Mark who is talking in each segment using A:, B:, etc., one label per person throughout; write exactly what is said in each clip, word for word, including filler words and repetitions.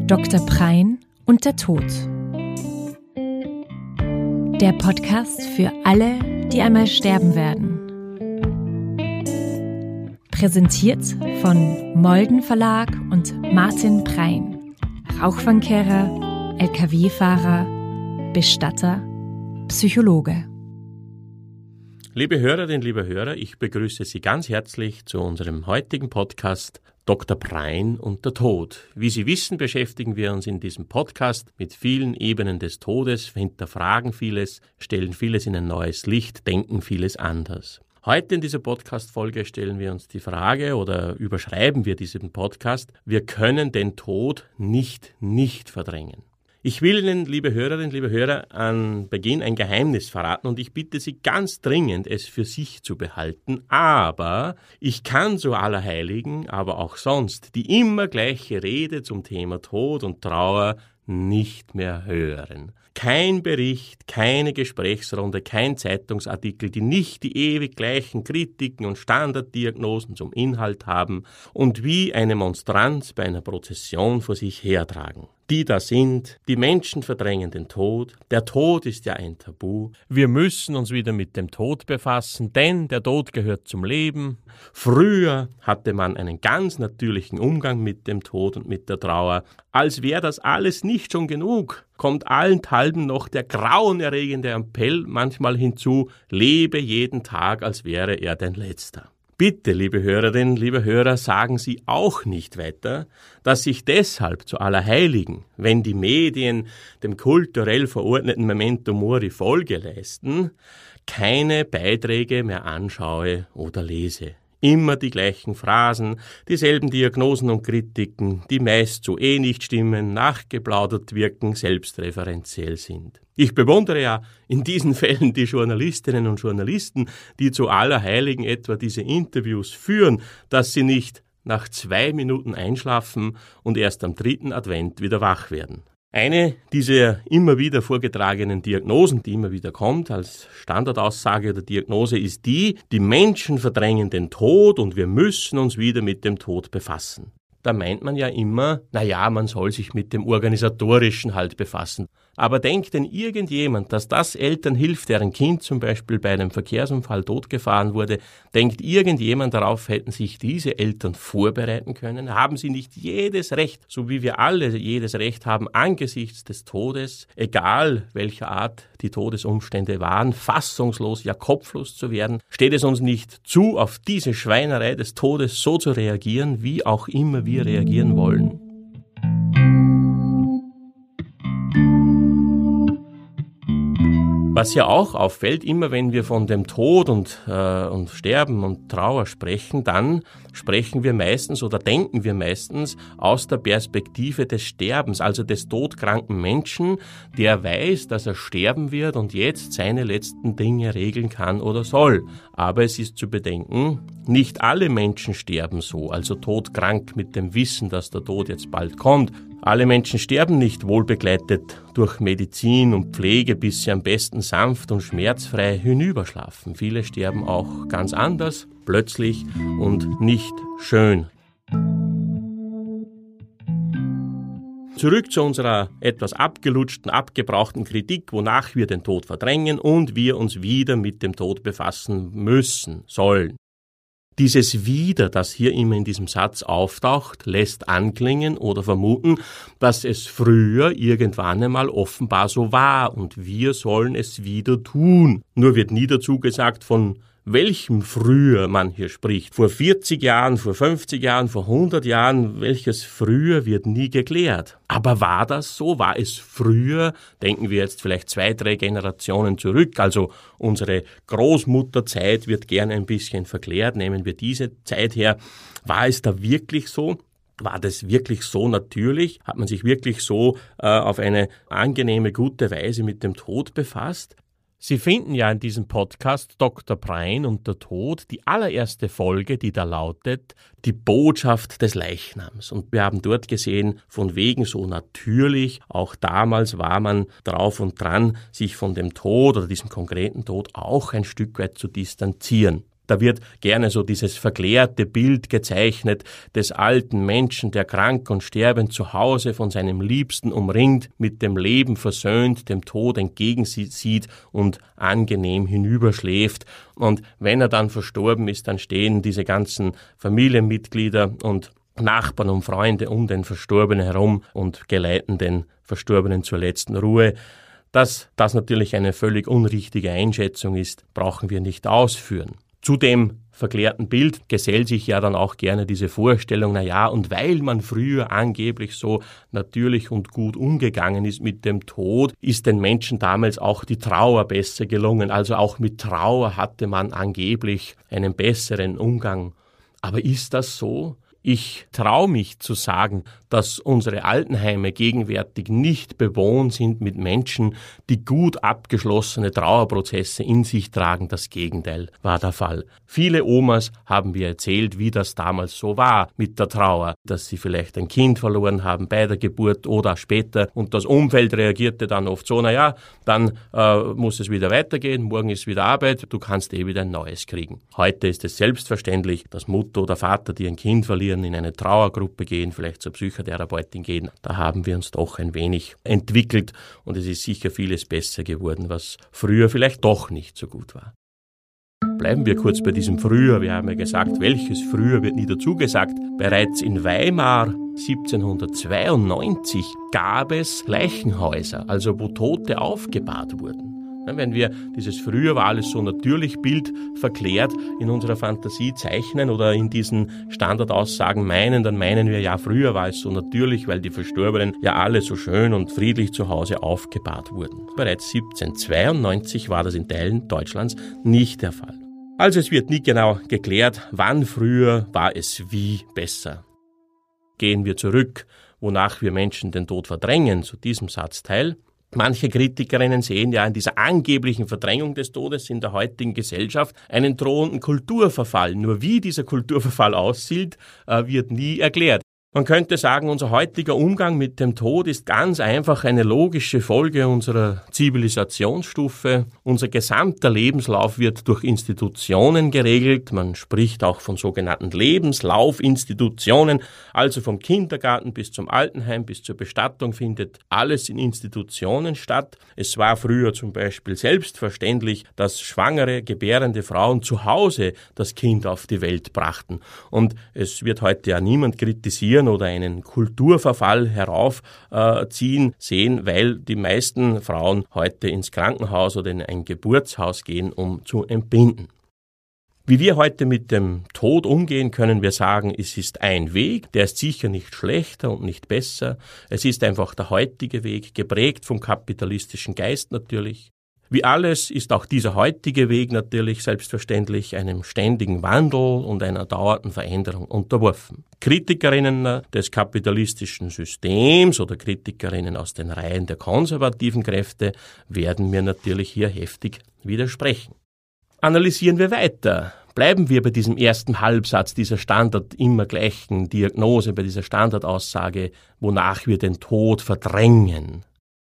A: Doktor Prein und der Tod. Der Podcast für alle, die einmal sterben werden. Präsentiert von Molden Verlag und Martin Prein. Rauchfangkehrer, L K W-Fahrer, Bestatter, Psychologe.
B: Liebe Hörerinnen, liebe Hörer, ich begrüße Sie ganz herzlich zu unserem heutigen Podcast Doktor Prein und der Tod. Wie Sie wissen, beschäftigen wir uns in diesem Podcast mit vielen Ebenen des Todes, hinterfragen vieles, stellen vieles in ein neues Licht, denken vieles anders. Heute in dieser Podcast-Folge stellen wir uns die Frage oder überschreiben wir diesen Podcast: Wir können den Tod nicht nicht verdrängen. Ich will Ihnen, liebe Hörerinnen, liebe Hörer, an Beginn ein Geheimnis verraten und ich bitte Sie ganz dringend, es für sich zu behalten. Aber ich kann zu Allerheiligen, aber auch sonst, die immer gleiche Rede zum Thema Tod und Trauer nicht mehr hören. Kein Bericht, keine Gesprächsrunde, kein Zeitungsartikel, die nicht die ewig gleichen Kritiken und Standarddiagnosen zum Inhalt haben und wie eine Monstranz bei einer Prozession vor sich hertragen. Die da sind, die Menschen verdrängen den Tod, der Tod ist ja ein Tabu, wir müssen uns wieder mit dem Tod befassen, denn der Tod gehört zum Leben. Früher hatte man einen ganz natürlichen Umgang mit dem Tod und mit der Trauer. Als wäre das alles nicht schon genug, kommt allenthalben noch der grauenerregende Appell manchmal hinzu: Lebe jeden Tag, als wäre er dein letzter. Bitte, liebe Hörerinnen, liebe Hörer, sagen Sie auch nicht weiter, dass sich deshalb zu Allerheiligen, wenn die Medien dem kulturell verordneten Memento Mori Folge leisten, keine Beiträge mehr anschaue oder lese. Immer die gleichen Phrasen, dieselben Diagnosen und Kritiken, die meist so eh nicht stimmen, nachgeplaudert wirken, selbstreferenziell sind. Ich bewundere ja in diesen Fällen die Journalistinnen und Journalisten, die zu Allerheiligen etwa diese Interviews führen, dass sie nicht nach zwei Minuten einschlafen und erst am dritten Advent wieder wach werden. Eine dieser immer wieder vorgetragenen Diagnosen, die immer wieder kommt als Standardaussage oder Diagnose, ist die: Die Menschen verdrängen den Tod und wir müssen uns wieder mit dem Tod befassen. Da meint man ja immer, na ja, man soll sich mit dem Organisatorischen halt befassen. Aber denkt denn irgendjemand, dass das Eltern hilft, deren Kind zum Beispiel bei einem Verkehrsunfall totgefahren wurde? Denkt irgendjemand darauf, hätten sich diese Eltern vorbereiten können? Haben sie nicht jedes Recht, so wie wir alle jedes Recht haben, angesichts des Todes, egal welcher Art die Todesumstände waren, fassungslos, ja kopflos zu werden? Steht es uns nicht zu, auf diese Schweinerei des Todes so zu reagieren, wie auch immer wir reagieren wollen? Was ja auch auffällt, immer wenn wir von dem Tod und, äh, und Sterben und Trauer sprechen, dann sprechen wir meistens oder denken wir meistens aus der Perspektive des Sterbens, also des todkranken Menschen, der weiß, dass er sterben wird und jetzt seine letzten Dinge regeln kann oder soll. Aber es ist zu bedenken, nicht alle Menschen sterben so, also todkrank mit dem Wissen, dass der Tod jetzt bald kommt. Alle Menschen sterben nicht wohlbegleitet durch Medizin und Pflege, bis sie am besten sanft und schmerzfrei hinüberschlafen. Viele sterben auch ganz anders, plötzlich und nicht schön. Zurück zu unserer etwas abgelutschten, abgebrauchten Kritik, wonach wir den Tod verdrängen und wir uns wieder mit dem Tod befassen müssen, sollen. Dieses Wieder, das hier immer in diesem Satz auftaucht, lässt anklingen oder vermuten, dass es früher irgendwann einmal offenbar so war und wir sollen es wieder tun. Nur wird nie dazu gesagt, von welchem früher man hier spricht. Vor vierzig Jahren, vor fünfzig Jahren, vor hundert Jahren, welches früher wird nie geklärt. Aber war das so? War es früher? Denken wir jetzt vielleicht zwei, drei Generationen zurück. Also unsere Großmutterzeit wird gerne ein bisschen verklärt. Nehmen wir diese Zeit her. War es da wirklich so? War das wirklich so natürlich? Hat man sich wirklich so äh, auf eine angenehme, gute Weise mit dem Tod befasst? Sie finden ja in diesem Podcast Doktor Prein und der Tod die allererste Folge, die da lautet, die Botschaft des Leichnams. Und wir haben dort gesehen, von wegen so natürlich, auch damals war man drauf und dran, sich von dem Tod oder diesem konkreten Tod auch ein Stück weit zu distanzieren. Da wird gerne so dieses verklärte Bild gezeichnet des alten Menschen, der krank und sterbend zu Hause von seinem Liebsten umringt, mit dem Leben versöhnt, dem Tod entgegensieht und angenehm hinüberschläft. Und wenn er dann verstorben ist, dann stehen diese ganzen Familienmitglieder und Nachbarn und Freunde um den Verstorbenen herum und geleiten den Verstorbenen zur letzten Ruhe. Dass das natürlich eine völlig unrichtige Einschätzung ist, brauchen wir nicht ausführen. Zu dem verklärten Bild gesellt sich ja dann auch gerne diese Vorstellung, na ja, und weil man früher angeblich so natürlich und gut umgegangen ist mit dem Tod, ist den Menschen damals auch die Trauer besser gelungen. Also auch mit Trauer hatte man angeblich einen besseren Umgang. Aber ist das so? Ich traue mich zu sagen, dass unsere Altenheime gegenwärtig nicht bewohnt sind mit Menschen, die gut abgeschlossene Trauerprozesse in sich tragen. Das Gegenteil war der Fall. Viele Omas haben mir erzählt, wie das damals so war mit der Trauer, dass sie vielleicht ein Kind verloren haben bei der Geburt oder später und das Umfeld reagierte dann oft so, na ja, dann äh, muss es wieder weitergehen, morgen ist wieder Arbeit, du kannst eh wieder ein neues kriegen. Heute ist es selbstverständlich, dass Mutter oder Vater, die ein Kind verlieren, in eine Trauergruppe gehen, vielleicht zur Psychotherapeutin gehen. Da haben wir uns doch ein wenig entwickelt und es ist sicher vieles besser geworden, was früher vielleicht doch nicht so gut war. Bleiben wir kurz bei diesem Früher. Wir haben ja gesagt, welches Früher wird nie dazu gesagt. Bereits in Weimar siebzehnhundertzweiundneunzig gab es Leichenhäuser, also wo Tote aufgebahrt wurden. Wenn wir dieses Früher war alles so natürlich Bild verklärt in unserer Fantasie zeichnen oder in diesen Standardaussagen meinen, dann meinen wir, ja, früher war es so natürlich, weil die Verstorbenen ja alle so schön und friedlich zu Hause aufgebahrt wurden. Bereits siebzehnhundertzweiundneunzig war das in Teilen Deutschlands nicht der Fall. Also es wird nie genau geklärt, wann früher war es wie besser. Gehen wir zurück, wonach wir Menschen den Tod verdrängen, zu diesem Satzteil. Manche Kritikerinnen sehen ja in dieser angeblichen Verdrängung des Todes in der heutigen Gesellschaft einen drohenden Kulturverfall. Nur wie dieser Kulturverfall aussieht, wird nie erklärt. Man könnte sagen, unser heutiger Umgang mit dem Tod ist ganz einfach eine logische Folge unserer Zivilisationsstufe. Unser gesamter Lebenslauf wird durch Institutionen geregelt. Man spricht auch von sogenannten Lebenslaufinstitutionen, also vom Kindergarten bis zum Altenheim bis zur Bestattung findet alles in Institutionen statt. Es war früher zum Beispiel selbstverständlich, dass schwangere, gebärende Frauen zu Hause das Kind auf die Welt brachten. Und es wird heute ja niemand kritisieren, oder einen Kulturverfall heraufziehen sehen, weil die meisten Frauen heute ins Krankenhaus oder in ein Geburtshaus gehen, um zu entbinden. Wie wir heute mit dem Tod umgehen, können wir sagen, es ist ein Weg, der ist sicher nicht schlechter und nicht besser. Es ist einfach der heutige Weg, geprägt vom kapitalistischen Geist natürlich. Wie alles ist auch dieser heutige Weg natürlich selbstverständlich einem ständigen Wandel und einer dauernden Veränderung unterworfen. Kritikerinnen des kapitalistischen Systems oder Kritikerinnen aus den Reihen der konservativen Kräfte werden mir natürlich hier heftig widersprechen. Analysieren wir weiter. Bleiben wir bei diesem ersten Halbsatz dieser Standard immer gleichen Diagnose, bei dieser Standardaussage, wonach wir den Tod verdrängen.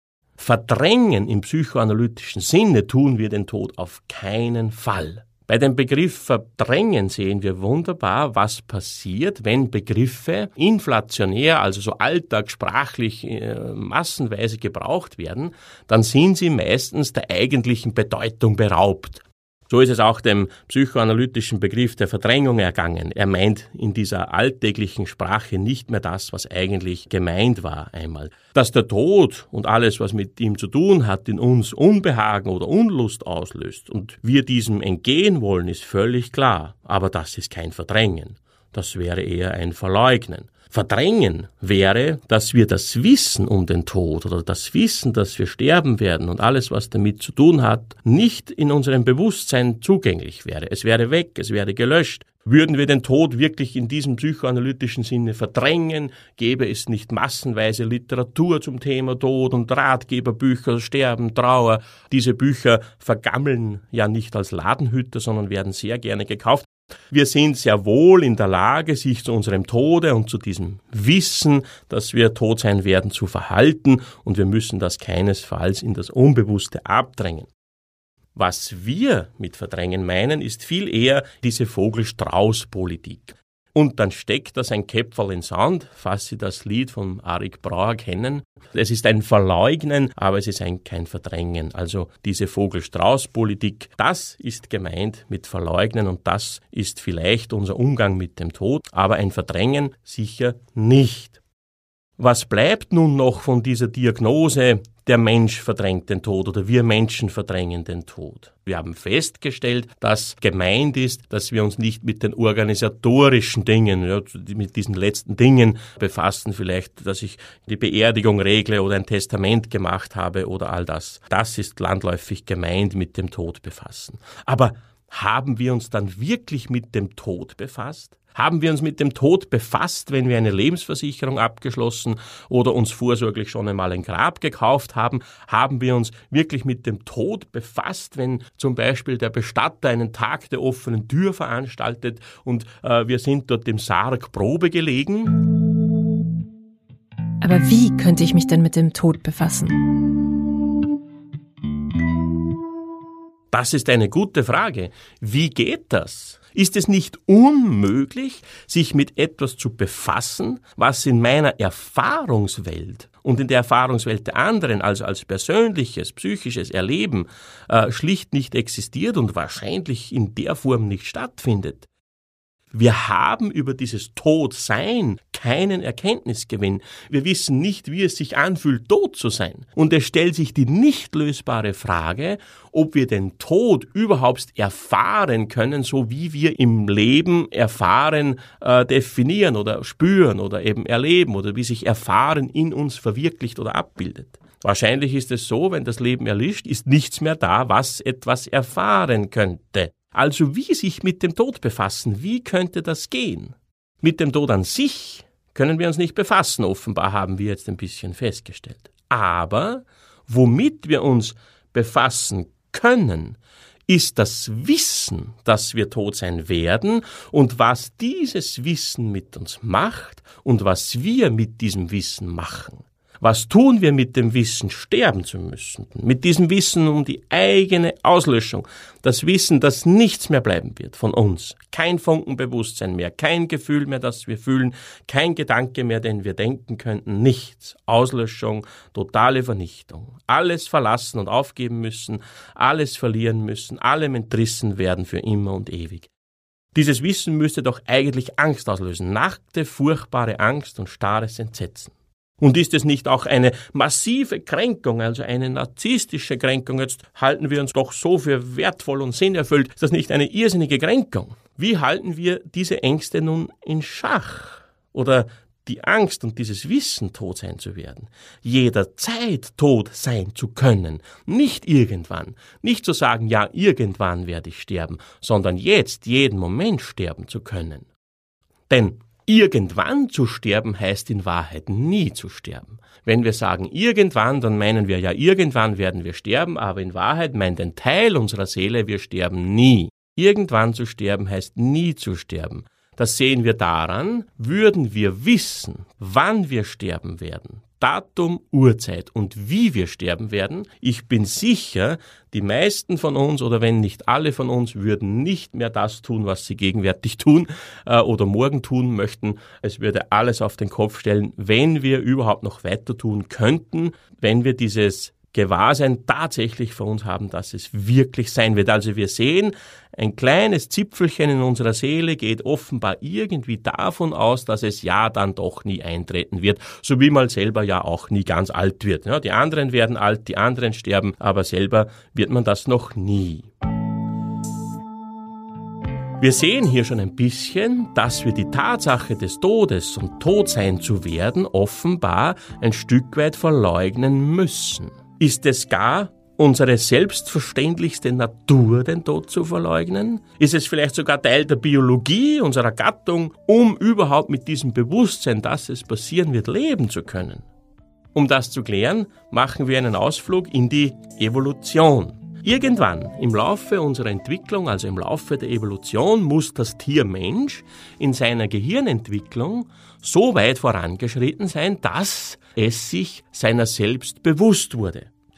B: Verdrängen im psychoanalytischen Sinne tun wir den Tod auf keinen Fall. Bei dem Begriff Verdrängen sehen wir wunderbar, was passiert, wenn Begriffe inflationär, also so alltagssprachlich äh, massenweise gebraucht werden, dann sind sie meistens der eigentlichen Bedeutung beraubt. So ist es auch dem psychoanalytischen Begriff der Verdrängung ergangen. Er meint in dieser alltäglichen Sprache nicht mehr das, was eigentlich gemeint war einmal. Dass der Tod und alles, was mit ihm zu tun hat, in uns Unbehagen oder Unlust auslöst und wir diesem entgehen wollen, ist völlig klar. Aber das ist kein Verdrängen. Das wäre eher ein Verleugnen. Verdrängen wäre, dass wir das Wissen um den Tod oder das Wissen, dass wir sterben werden und alles, was damit zu tun hat, nicht in unserem Bewusstsein zugänglich wäre. Es wäre weg, es wäre gelöscht. Würden wir den Tod wirklich in diesem psychoanalytischen Sinne verdrängen, gäbe es nicht massenweise Literatur zum Thema Tod und Ratgeberbücher, Sterben, Trauer. Diese Bücher vergammeln ja nicht als Ladenhüter, sondern werden sehr gerne gekauft. Wir sind sehr wohl in der Lage, sich zu unserem Tode und zu diesem Wissen, dass wir tot sein werden, zu verhalten und wir müssen das keinesfalls in das Unbewusste abdrängen. Was wir mit Verdrängen meinen, ist viel eher diese Vogel-Strauß-Politik. Und dann steckt das ein Käpferl in Sand, falls Sie das Lied von Arik Brauer kennen. Es ist ein Verleugnen, aber es ist ein, kein Verdrängen. Also diese Vogel-Strauß-Politik, das ist gemeint mit Verleugnen und das ist vielleicht unser Umgang mit dem Tod, aber ein Verdrängen sicher nicht. Was bleibt nun noch von dieser Diagnose, der Mensch verdrängt den Tod oder wir Menschen verdrängen den Tod? Wir haben festgestellt, dass gemeint ist, dass wir uns nicht mit den organisatorischen Dingen, ja, mit diesen letzten Dingen befassen, vielleicht, dass ich die Beerdigung regle oder ein Testament gemacht habe oder all das. Das ist landläufig gemeint mit dem Tod befassen. Aber haben wir uns dann wirklich mit dem Tod befasst? Haben wir uns mit dem Tod befasst, wenn wir eine Lebensversicherung abgeschlossen oder uns vorsorglich schon einmal ein Grab gekauft haben? Haben wir uns wirklich mit dem Tod befasst, wenn zum Beispiel der Bestatter einen Tag der offenen Tür veranstaltet und äh, wir sind dort im Sarg Probe gelegen?
A: Aber wie könnte ich mich denn mit dem Tod befassen?
B: Das ist eine gute Frage. Wie geht das? Ist es nicht unmöglich, sich mit etwas zu befassen, was in meiner Erfahrungswelt und in der Erfahrungswelt der anderen, also als persönliches, psychisches Erleben, äh, schlicht nicht existiert und wahrscheinlich in der Form nicht stattfindet? Wir haben über dieses Todsein keinen Erkenntnisgewinn. Wir wissen nicht, wie es sich anfühlt, tot zu sein. Und es stellt sich die nicht lösbare Frage, ob wir den Tod überhaupt erfahren können, so wie wir im Leben erfahren, äh, definieren oder spüren oder eben erleben oder wie sich Erfahren in uns verwirklicht oder abbildet. Wahrscheinlich ist es so, wenn das Leben erlischt, ist nichts mehr da, was etwas erfahren könnte. Also wie sich mit dem Tod befassen, wie könnte das gehen? Mit dem Tod an sich können wir uns nicht befassen, offenbar haben wir jetzt ein bisschen festgestellt. Aber womit wir uns befassen können, ist das Wissen, dass wir tot sein werden und was dieses Wissen mit uns macht und was wir mit diesem Wissen machen. Was tun wir mit dem Wissen, sterben zu müssen? Mit diesem Wissen um die eigene Auslöschung. Das Wissen, dass nichts mehr bleiben wird von uns. Kein Funkenbewusstsein mehr, kein Gefühl mehr, das wir fühlen, kein Gedanke mehr, den wir denken könnten. Nichts. Auslöschung, totale Vernichtung. Alles verlassen und aufgeben müssen, alles verlieren müssen, allem entrissen werden für immer und ewig. Dieses Wissen müsste doch eigentlich Angst auslösen. Nackte, furchtbare Angst und starres Entsetzen. Und ist es nicht auch eine massive Kränkung, also eine narzisstische Kränkung? Jetzt halten wir uns doch so für wertvoll und sinnerfüllt. Ist das nicht eine irrsinnige Kränkung? Wie halten wir diese Ängste nun in Schach? Oder die Angst und dieses Wissen, tot sein zu werden? Jederzeit tot sein zu können. Nicht irgendwann. Nicht zu sagen, ja, irgendwann werde ich sterben, sondern jetzt, jeden Moment sterben zu können. Denn irgendwann zu sterben heißt in Wahrheit nie zu sterben. Wenn wir sagen irgendwann, dann meinen wir ja, irgendwann werden wir sterben, aber in Wahrheit meint ein Teil unserer Seele, wir sterben nie. Irgendwann zu sterben heißt nie zu sterben. Das sehen wir daran, würden wir wissen, wann wir sterben werden, Datum, Uhrzeit und wie wir sterben werden, ich bin sicher, die meisten von uns oder wenn nicht alle von uns würden nicht mehr das tun, was sie gegenwärtig tun äh, oder morgen tun möchten. Es würde alles auf den Kopf stellen, wenn wir überhaupt noch weiter tun könnten, wenn wir dieses Gewahrsein tatsächlich für uns haben, dass es wirklich sein wird. Also wir sehen, ein kleines Zipfelchen in unserer Seele geht offenbar irgendwie davon aus, dass es ja dann doch nie eintreten wird, so wie man selber ja auch nie ganz alt wird. Ja, die anderen werden alt, die anderen sterben, aber selber wird man das noch nie. Wir sehen hier schon ein bisschen, dass wir die Tatsache des Todes und tot sein zu werden offenbar ein Stück weit verleugnen müssen. Ist es gar unsere selbstverständlichste Natur, den Tod zu verleugnen? Ist es vielleicht sogar Teil der Biologie unserer Gattung, um überhaupt mit diesem Bewusstsein, dass es passieren wird, leben zu können? Um das zu klären, machen wir einen Ausflug in die Evolution. Irgendwann im Laufe unserer Entwicklung, also im Laufe der Evolution, muss das Tier Mensch in seiner Gehirnentwicklung so weit vorangeschritten sein, dass es sich seiner selbst bewusst wurde.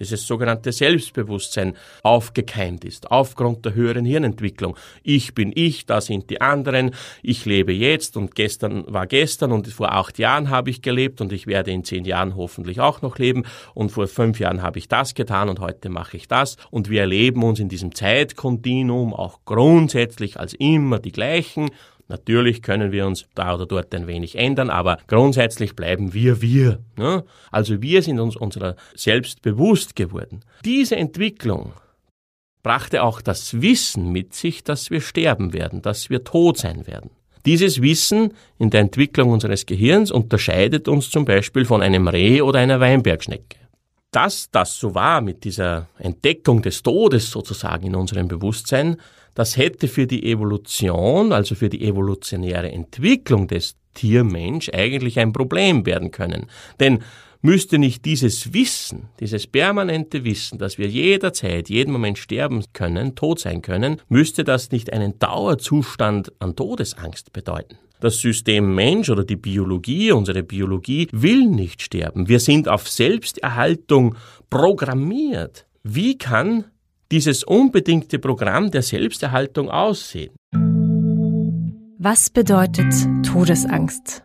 B: dieses sogenannte Selbstbewusstsein aufgekeimt ist, aufgrund der höheren Hirnentwicklung. Ich bin ich, da sind die anderen, ich lebe jetzt und gestern war gestern und vor acht Jahren habe ich gelebt und ich werde in zehn Jahren hoffentlich auch noch leben und vor fünf Jahren habe ich das getan und heute mache ich das und wir erleben uns in diesem Zeitkontinuum auch grundsätzlich als immer die gleichen. Natürlich können wir uns da oder dort ein wenig ändern, aber grundsätzlich bleiben wir wir. Ne? Also wir sind uns unserer selbst bewusst geworden. Diese Entwicklung brachte auch das Wissen mit sich, dass wir sterben werden, dass wir tot sein werden. Dieses Wissen in der Entwicklung unseres Gehirns unterscheidet uns zum Beispiel von einem Reh oder einer Weinbergschnecke. Dass das so war mit dieser Entdeckung des Todes sozusagen in unserem Bewusstsein, das hätte für die Evolution, also für die evolutionäre Entwicklung des Tiermensch eigentlich ein Problem werden können. Denn müsste nicht dieses Wissen, dieses permanente Wissen, dass wir jederzeit, jeden Moment sterben können, tot sein können, müsste das nicht einen Dauerzustand an Todesangst bedeuten? Das System Mensch oder die Biologie, unsere Biologie, will nicht sterben. Wir sind auf Selbsterhaltung programmiert. Wie kann dieses unbedingte Programm der Selbsterhaltung aussehen?
A: Was bedeutet Todesangst?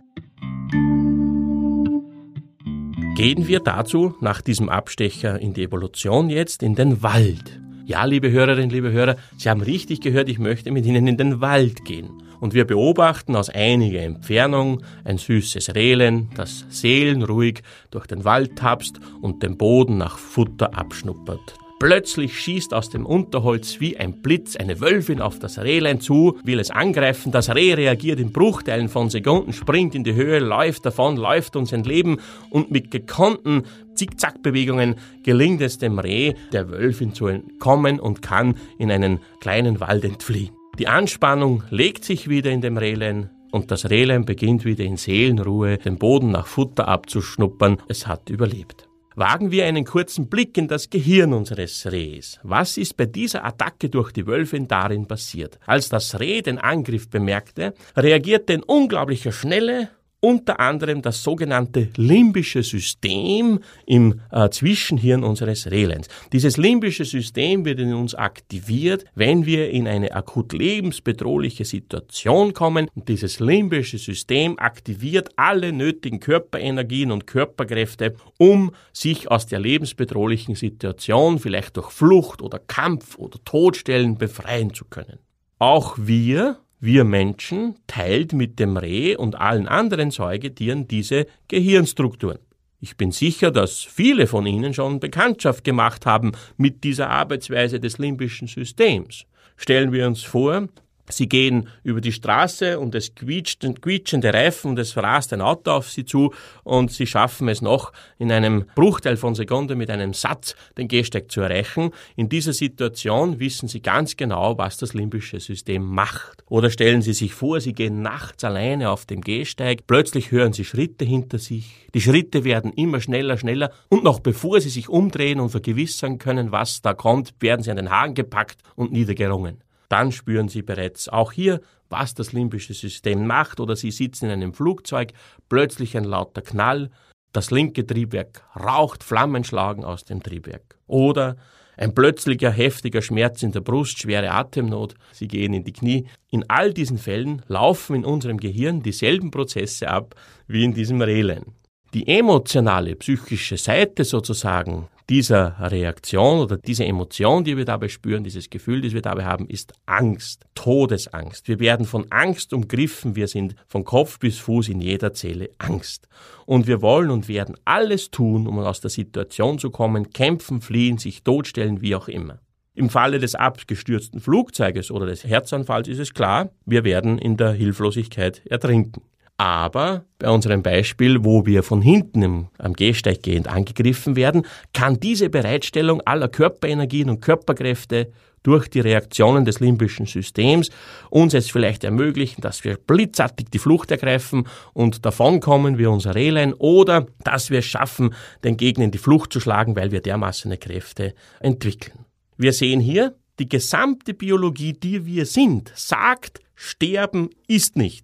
B: Gehen wir dazu nach diesem Abstecher in die Evolution jetzt in den Wald. Ja, liebe Hörerinnen, liebe Hörer, Sie haben richtig gehört, ich möchte mit Ihnen in den Wald gehen. Und wir beobachten aus einiger Entfernung ein süßes Rehlein, das seelenruhig durch den Wald tapst und den Boden nach Futter abschnuppert. Plötzlich schießt aus dem Unterholz wie ein Blitz eine Wölfin auf das Rehlein zu, will es angreifen. Das Reh reagiert in Bruchteilen von Sekunden, springt in die Höhe, läuft davon, läuft uns entleben und mit gekonnten Zickzackbewegungen gelingt es dem Reh, der Wölfin zu entkommen und kann in einen kleinen Wald entfliehen. Die Anspannung legt sich wieder in dem Rehlein und das Rehlein beginnt wieder in Seelenruhe den Boden nach Futter abzuschnuppern. Es hat überlebt. Wagen wir einen kurzen Blick in das Gehirn unseres Rehs. Was ist bei dieser Attacke durch die Wölfin darin passiert? Als das Reh den Angriff bemerkte, reagierte in unglaublicher Schnelle unter anderem das sogenannte limbische System im äh, Zwischenhirn unseres Rehleins. Dieses limbische System wird in uns aktiviert, wenn wir in eine akut lebensbedrohliche Situation kommen. Und dieses limbische System aktiviert alle nötigen Körperenergien und Körperkräfte, um sich aus der lebensbedrohlichen Situation, vielleicht durch Flucht oder Kampf oder Todstellen, befreien zu können. Auch wir Wir Menschen teilt mit dem Reh und allen anderen Säugetieren diese Gehirnstrukturen. Ich bin sicher, dass viele von Ihnen schon Bekanntschaft gemacht haben mit dieser Arbeitsweise des limbischen Systems. Stellen wir uns vor, Sie gehen über die Straße und es quietscht, quietschende Reifen und es rast ein Auto auf Sie zu und Sie schaffen es noch in einem Bruchteil von Sekunde mit einem Satz den Gehsteig zu erreichen. In dieser Situation wissen Sie ganz genau, was das limbische System macht. Oder stellen Sie sich vor, Sie gehen nachts alleine auf dem Gehsteig, plötzlich hören Sie Schritte hinter sich, die Schritte werden immer schneller, schneller und noch bevor Sie sich umdrehen und vergewissern können, was da kommt, werden Sie an den Haaren gepackt und niedergerungen. Dann spüren Sie bereits auch hier, was das limbische System macht, oder Sie sitzen in einem Flugzeug, plötzlich ein lauter Knall, das linke Triebwerk raucht, Flammen schlagen aus dem Triebwerk. Oder ein plötzlicher, heftiger Schmerz in der Brust, schwere Atemnot, Sie gehen in die Knie. In all diesen Fällen laufen in unserem Gehirn dieselben Prozesse ab wie in diesem Rehlein. Die emotionale, psychische Seite sozusagen dieser Reaktion oder diese Emotion, die wir dabei spüren, dieses Gefühl, das wir dabei haben, ist Angst, Todesangst. Wir werden von Angst umgriffen, wir sind von Kopf bis Fuß in jeder Zelle Angst. Und wir wollen und werden alles tun, um aus der Situation zu kommen, kämpfen, fliehen, sich totstellen, wie auch immer. Im Falle des abgestürzten Flugzeuges oder des Herzanfalls ist es klar, wir werden in der Hilflosigkeit ertrinken. Aber bei unserem Beispiel, wo wir von hinten im, am Gehsteig gehend angegriffen werden, kann diese Bereitstellung aller Körperenergien und Körperkräfte durch die Reaktionen des limbischen Systems uns es vielleicht ermöglichen, dass wir blitzartig die Flucht ergreifen und davonkommen wie unser Rehlein, oder dass wir es schaffen, den Gegner in die Flucht zu schlagen, weil wir dermaßen Kräfte entwickeln. Wir sehen hier, die gesamte Biologie, die wir sind, sagt, Sterben ist nicht.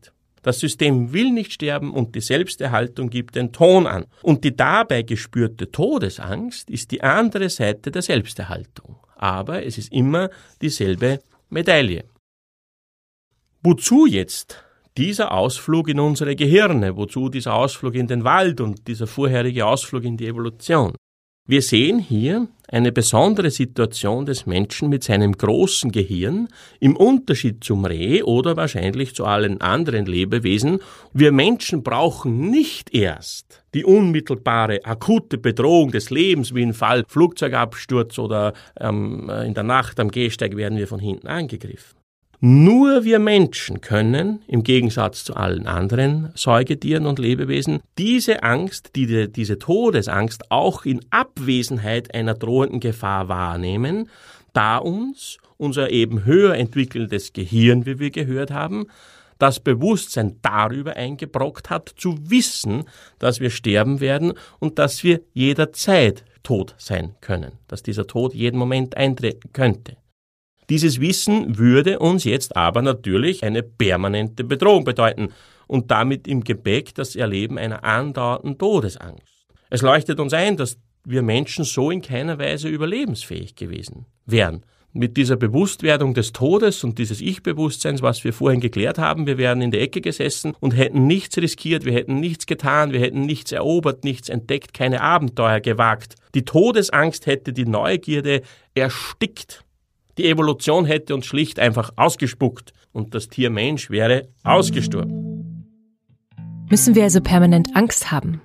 B: Das System will nicht sterben und die Selbsterhaltung gibt den Ton an. Und die dabei gespürte Todesangst ist die andere Seite der Selbsterhaltung. Aber es ist immer dieselbe Medaille. Wozu jetzt dieser Ausflug in unsere Gehirne? Wozu dieser Ausflug in den Wald und dieser vorherige Ausflug in die Evolution? Wir sehen hier eine besondere Situation des Menschen mit seinem großen Gehirn im Unterschied zum Reh oder wahrscheinlich zu allen anderen Lebewesen. Wir Menschen brauchen nicht erst die unmittelbare, akute Bedrohung des Lebens, wie im Fall Flugzeugabsturz oder ähm, in der Nacht am Gehsteig werden wir von hinten angegriffen. Nur wir Menschen können, im Gegensatz zu allen anderen Säugetieren und Lebewesen, diese Angst, die, diese Todesangst auch in Abwesenheit einer drohenden Gefahr wahrnehmen, da uns unser eben höher entwickeltes Gehirn, wie wir gehört haben, das Bewusstsein darüber eingebrockt hat, zu wissen, dass wir sterben werden und dass wir jederzeit tot sein können, dass dieser Tod jeden Moment eintreten könnte. Dieses Wissen würde uns jetzt aber natürlich eine permanente Bedrohung bedeuten und damit im Gepäck das Erleben einer andauernden Todesangst. Es leuchtet uns ein, dass wir Menschen so in keiner Weise überlebensfähig gewesen wären. Mit dieser Bewusstwerdung des Todes und dieses Ich-Bewusstseins, was wir vorhin geklärt haben, wir wären in der Ecke gesessen und hätten nichts riskiert, wir hätten nichts getan, wir hätten nichts erobert, nichts entdeckt, keine Abenteuer gewagt. Die Todesangst hätte die Neugierde erstickt. Die Evolution hätte uns schlicht einfach ausgespuckt und das Tier Mensch wäre ausgestorben.
A: Müssen wir also permanent Angst haben?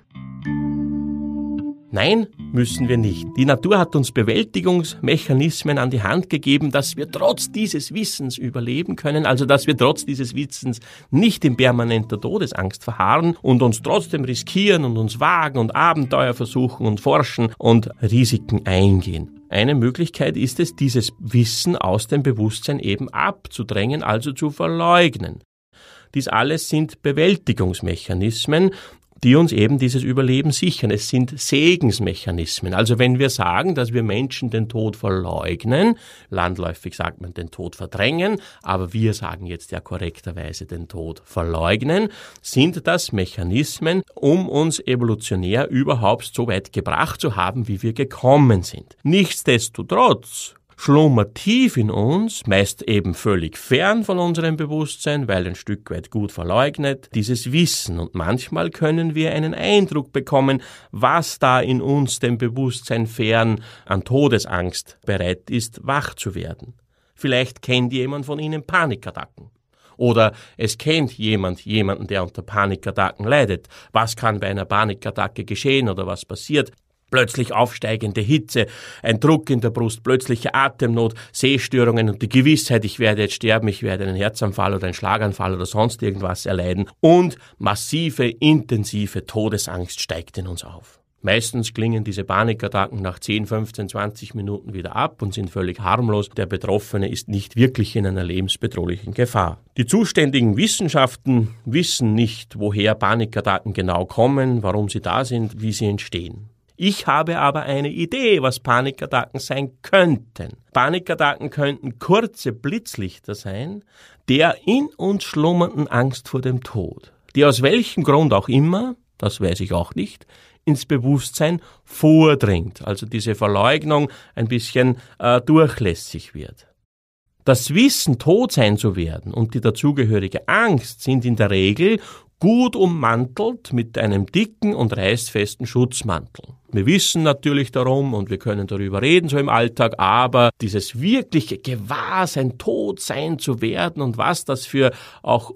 B: Nein, müssen wir nicht. Die Natur hat uns Bewältigungsmechanismen an die Hand gegeben, dass wir trotz dieses Wissens überleben können, also dass wir trotz dieses Wissens nicht in permanenter Todesangst verharren und uns trotzdem riskieren und uns wagen und Abenteuer versuchen und forschen und Risiken eingehen. Eine Möglichkeit ist es, dieses Wissen aus dem Bewusstsein eben abzudrängen, also zu verleugnen. Dies alles sind Bewältigungsmechanismen, die uns eben dieses Überleben sichern. Es sind Segensmechanismen. Also wenn wir sagen, dass wir Menschen den Tod verleugnen, landläufig sagt man den Tod verdrängen, aber wir sagen jetzt ja korrekterweise den Tod verleugnen, sind das Mechanismen, um uns evolutionär überhaupt so weit gebracht zu haben, wie wir gekommen sind. Nichtsdestotrotz schlummert tief in uns, meist eben völlig fern von unserem Bewusstsein, weil ein Stück weit gut verleugnet, dieses Wissen. Und manchmal können wir einen Eindruck bekommen, was da in uns dem Bewusstsein fern an Todesangst bereit ist, wach zu werden. Vielleicht kennt jemand von Ihnen Panikattacken. Oder es kennt jemand jemanden, der unter Panikattacken leidet. Was kann bei einer Panikattacke geschehen oder was passiert? Plötzlich aufsteigende Hitze, ein Druck in der Brust, plötzliche Atemnot, Sehstörungen und die Gewissheit, ich werde jetzt sterben, ich werde einen Herzanfall oder einen Schlaganfall oder sonst irgendwas erleiden und massive, intensive Todesangst steigt in uns auf. Meistens klingen diese Panikattacken nach zehn, fünfzehn, zwanzig Minuten wieder ab und sind völlig harmlos. Der Betroffene ist nicht wirklich in einer lebensbedrohlichen Gefahr. Die zuständigen Wissenschaften wissen nicht, woher Panikattacken genau kommen, warum sie da sind, wie sie entstehen. Ich habe aber eine Idee, was Panikattacken sein könnten. Panikattacken könnten kurze Blitzlichter sein, der in uns schlummernden Angst vor dem Tod, die aus welchem Grund auch immer, das weiß ich auch nicht, ins Bewusstsein vordringt, also diese Verleugnung ein bisschen äh, durchlässig wird. Das Wissen, tot sein zu werden und die dazugehörige Angst sind in der Regel gut ummantelt mit einem dicken und reißfesten Schutzmantel. Wir wissen natürlich darum und wir können darüber reden, so im Alltag, aber dieses wirkliche Gewahrsein, tot sein zu werden und was das für auch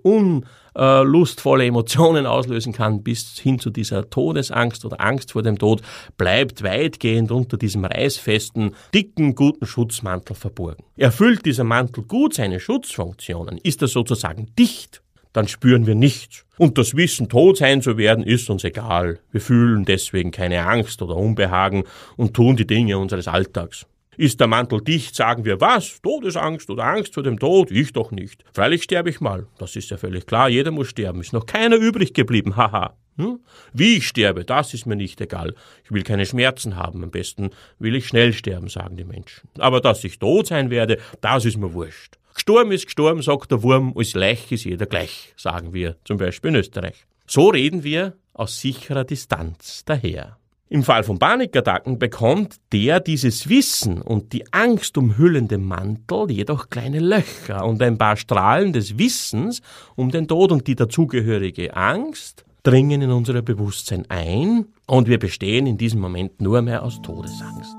B: unlustvolle Emotionen auslösen kann, bis hin zu dieser Todesangst oder Angst vor dem Tod, bleibt weitgehend unter diesem reißfesten, dicken, guten Schutzmantel verborgen. Erfüllt dieser Mantel gut seine Schutzfunktionen, ist er sozusagen dicht, dann spüren wir nichts. Und das Wissen, tot sein zu werden, ist uns egal. Wir fühlen deswegen keine Angst oder Unbehagen und tun die Dinge unseres Alltags. Ist der Mantel dicht, sagen wir, was? Todesangst oder Angst vor dem Tod? Ich doch nicht. Freilich sterbe ich mal. Das ist ja völlig klar. Jeder muss sterben. Ist noch keiner übrig geblieben. Haha. Hm? Wie ich sterbe, das ist mir nicht egal. Ich will keine Schmerzen haben. Am besten will ich schnell sterben, sagen die Menschen. Aber dass ich tot sein werde, das ist mir wurscht. Gestorben ist gestorben, sagt der Wurm, als Leich ist jeder gleich, sagen wir zum Beispiel in Österreich. So reden wir aus sicherer Distanz daher. Im Fall von Panikattacken bekommt der dieses Wissen und die angstumhüllende Mantel jedoch kleine Löcher und ein paar Strahlen des Wissens um den Tod und die dazugehörige Angst dringen in unser Bewusstsein ein und wir bestehen in diesem Moment nur mehr aus Todesangst.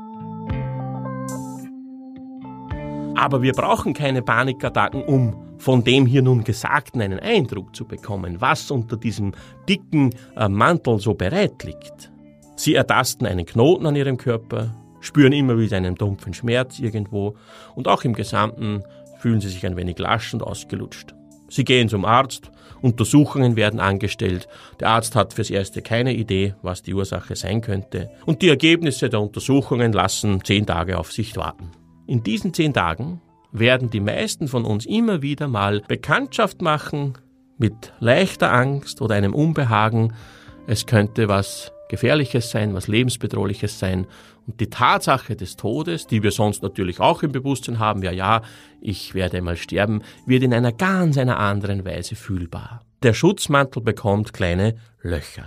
B: Aber wir brauchen keine Panikattacken, um von dem hier nun Gesagten einen Eindruck zu bekommen, was unter diesem dicken äh, Mantel so bereit liegt. Sie ertasten einen Knoten an ihrem Körper, spüren immer wieder einen dumpfen Schmerz irgendwo und auch im Gesamten fühlen sie sich ein wenig lasch und ausgelutscht. Sie gehen zum Arzt, Untersuchungen werden angestellt, der Arzt hat fürs Erste keine Idee, was die Ursache sein könnte und die Ergebnisse der Untersuchungen lassen zehn Tage auf sich warten. In diesen zehn Tagen werden die meisten von uns immer wieder mal Bekanntschaft machen mit leichter Angst oder einem Unbehagen. Es könnte was Gefährliches sein, was Lebensbedrohliches sein. Und die Tatsache des Todes, die wir sonst natürlich auch im Bewusstsein haben, ja, ja, ich werde einmal sterben, wird in einer ganz einer anderen Weise fühlbar. Der Schutzmantel bekommt kleine Löcher.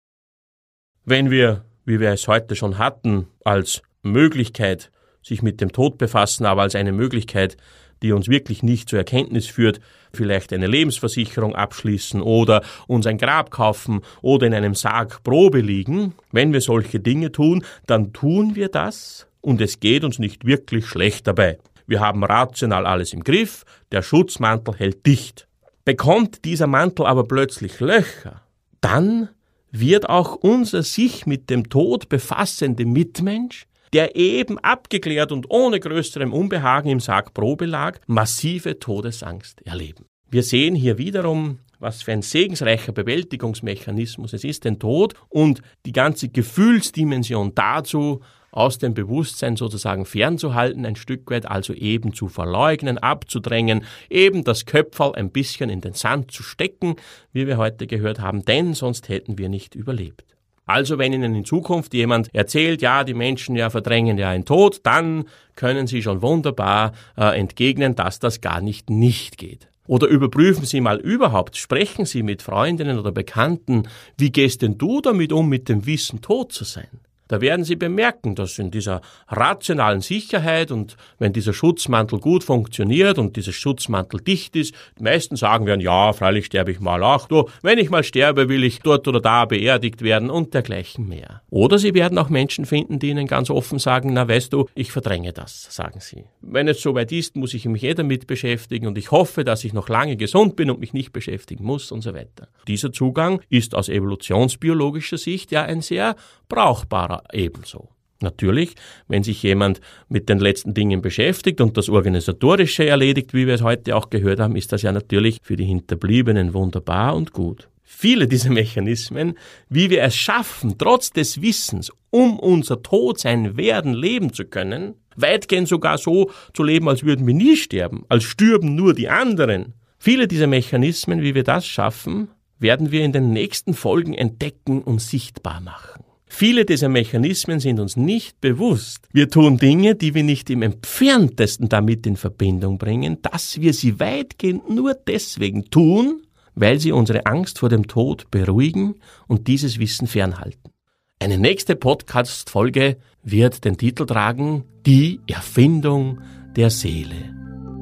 B: Wenn wir, wie wir es heute schon hatten, als Möglichkeit sich mit dem Tod befassen, aber als eine Möglichkeit, die uns wirklich nicht zur Erkenntnis führt, vielleicht eine Lebensversicherung abschließen oder uns ein Grab kaufen oder in einem Sarg Probe liegen. Wenn wir solche Dinge tun, dann tun wir das und es geht uns nicht wirklich schlecht dabei. Wir haben rational alles im Griff, der Schutzmantel hält dicht. Bekommt dieser Mantel aber plötzlich Löcher, dann wird auch unser sich mit dem Tod befassende Mitmensch, der eben abgeklärt und ohne größerem Unbehagen im Sarg Probe lag, massive Todesangst erleben. Wir sehen hier wiederum, was für ein segensreicher Bewältigungsmechanismus es ist, den Tod und die ganze Gefühlsdimension dazu aus dem Bewusstsein sozusagen fernzuhalten, ein Stück weit also eben zu verleugnen, abzudrängen, eben das Köpferl ein bisschen in den Sand zu stecken, wie wir heute gehört haben, denn sonst hätten wir nicht überlebt. Also wenn Ihnen in Zukunft jemand erzählt, ja, die Menschen ja verdrängen ja einen Tod, dann können Sie schon wunderbar äh, entgegnen, dass das gar nicht nicht geht. Oder überprüfen Sie mal überhaupt, sprechen Sie mit Freundinnen oder Bekannten, wie gehst denn du damit um, mit dem Wissen tot zu sein? Da werden Sie bemerken, dass in dieser rationalen Sicherheit und wenn dieser Schutzmantel gut funktioniert und dieser Schutzmantel dicht ist, die meisten sagen werden, ja, freilich sterbe ich mal auch. Du, wenn ich mal sterbe, will ich dort oder da beerdigt werden und dergleichen mehr. Oder Sie werden auch Menschen finden, die Ihnen ganz offen sagen, na weißt du, ich verdränge das, sagen Sie. Wenn es soweit ist, muss ich mich eh damit beschäftigen und ich hoffe, dass ich noch lange gesund bin und mich nicht beschäftigen muss und so weiter. Dieser Zugang ist aus evolutionsbiologischer Sicht ja ein sehr brauchbarer ebenso. Natürlich, wenn sich jemand mit den letzten Dingen beschäftigt und das Organisatorische erledigt, wie wir es heute auch gehört haben, ist das ja natürlich für die Hinterbliebenen wunderbar und gut. Viele dieser Mechanismen, wie wir es schaffen, trotz des Wissens, um unser Todsein werden leben zu können, weitgehend sogar so zu leben, als würden wir nie sterben, als stürben nur die anderen. Viele dieser Mechanismen, wie wir das schaffen, werden wir in den nächsten Folgen entdecken und sichtbar machen. Viele dieser Mechanismen sind uns nicht bewusst. Wir tun Dinge, die wir nicht im entferntesten damit in Verbindung bringen, dass wir sie weitgehend nur deswegen tun, weil sie unsere Angst vor dem Tod beruhigen und dieses Wissen fernhalten. Eine nächste Podcast-Folge wird den Titel tragen, Die Erfindung der Seele.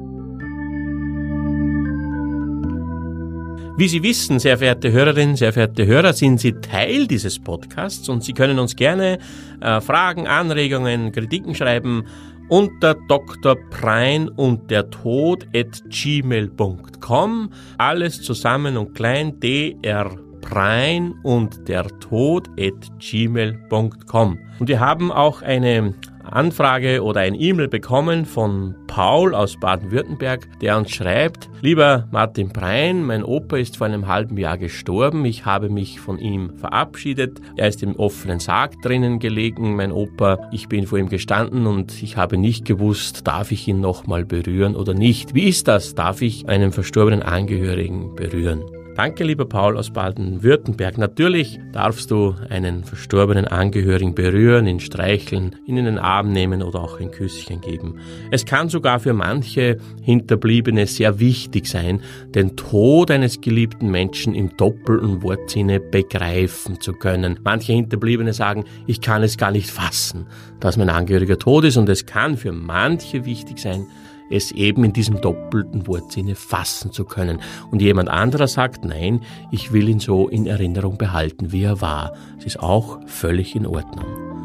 B: Wie Sie wissen, sehr verehrte Hörerinnen, sehr verehrte Hörer, sind Sie Teil dieses Podcasts und Sie können uns gerne äh, Fragen, Anregungen, Kritiken schreiben unter Doktor Prein und der Tod at gmail punkt com. Alles zusammen und klein, Dr Prein und der Tod at gmail punkt com. Und wir haben auch eine Anfrage oder ein E-Mail bekommen von Paul aus Baden-Württemberg, der uns schreibt: Lieber Martin Prein, mein Opa ist vor einem halben Jahr gestorben. Ich habe mich von ihm verabschiedet. Er ist im offenen Sarg drinnen gelegen, mein Opa. Ich bin vor ihm gestanden und ich habe nicht gewusst, darf ich ihn nochmal berühren oder nicht. Wie ist das? Darf ich einen verstorbenen Angehörigen berühren? Danke, lieber Paul aus Baden-Württemberg. Natürlich darfst du einen verstorbenen Angehörigen berühren, ihn streicheln, ihn in den Arm nehmen oder auch ein Küsschen geben. Es kann sogar für manche Hinterbliebene sehr wichtig sein, den Tod eines geliebten Menschen im doppelten Wortsinne begreifen zu können. Manche Hinterbliebene sagen, ich kann es gar nicht fassen, dass mein Angehöriger tot ist, und es kann für manche wichtig sein, es eben in diesem doppelten Wortsinne fassen zu können. Und jemand anderer sagt, nein, ich will ihn so in Erinnerung behalten, wie er war. Es ist auch völlig in Ordnung.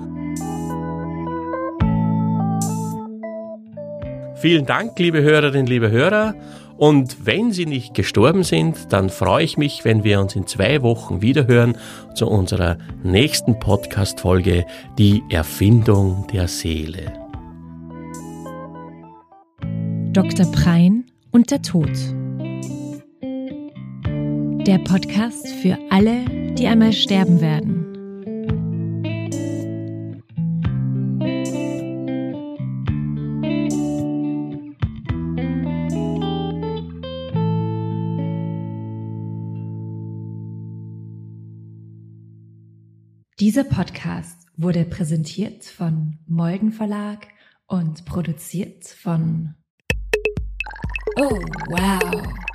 B: Vielen Dank, liebe Hörerinnen, liebe Hörer. Und wenn Sie nicht gestorben sind, dann freue ich mich, wenn wir uns in zwei Wochen wiederhören zu unserer nächsten Podcast-Folge, die Erfindung der Seele.
A: Doktor Prein und der Tod. Der Podcast für alle, die einmal sterben werden. Dieser Podcast wurde präsentiert von Molden Verlag und produziert von Oh, wow.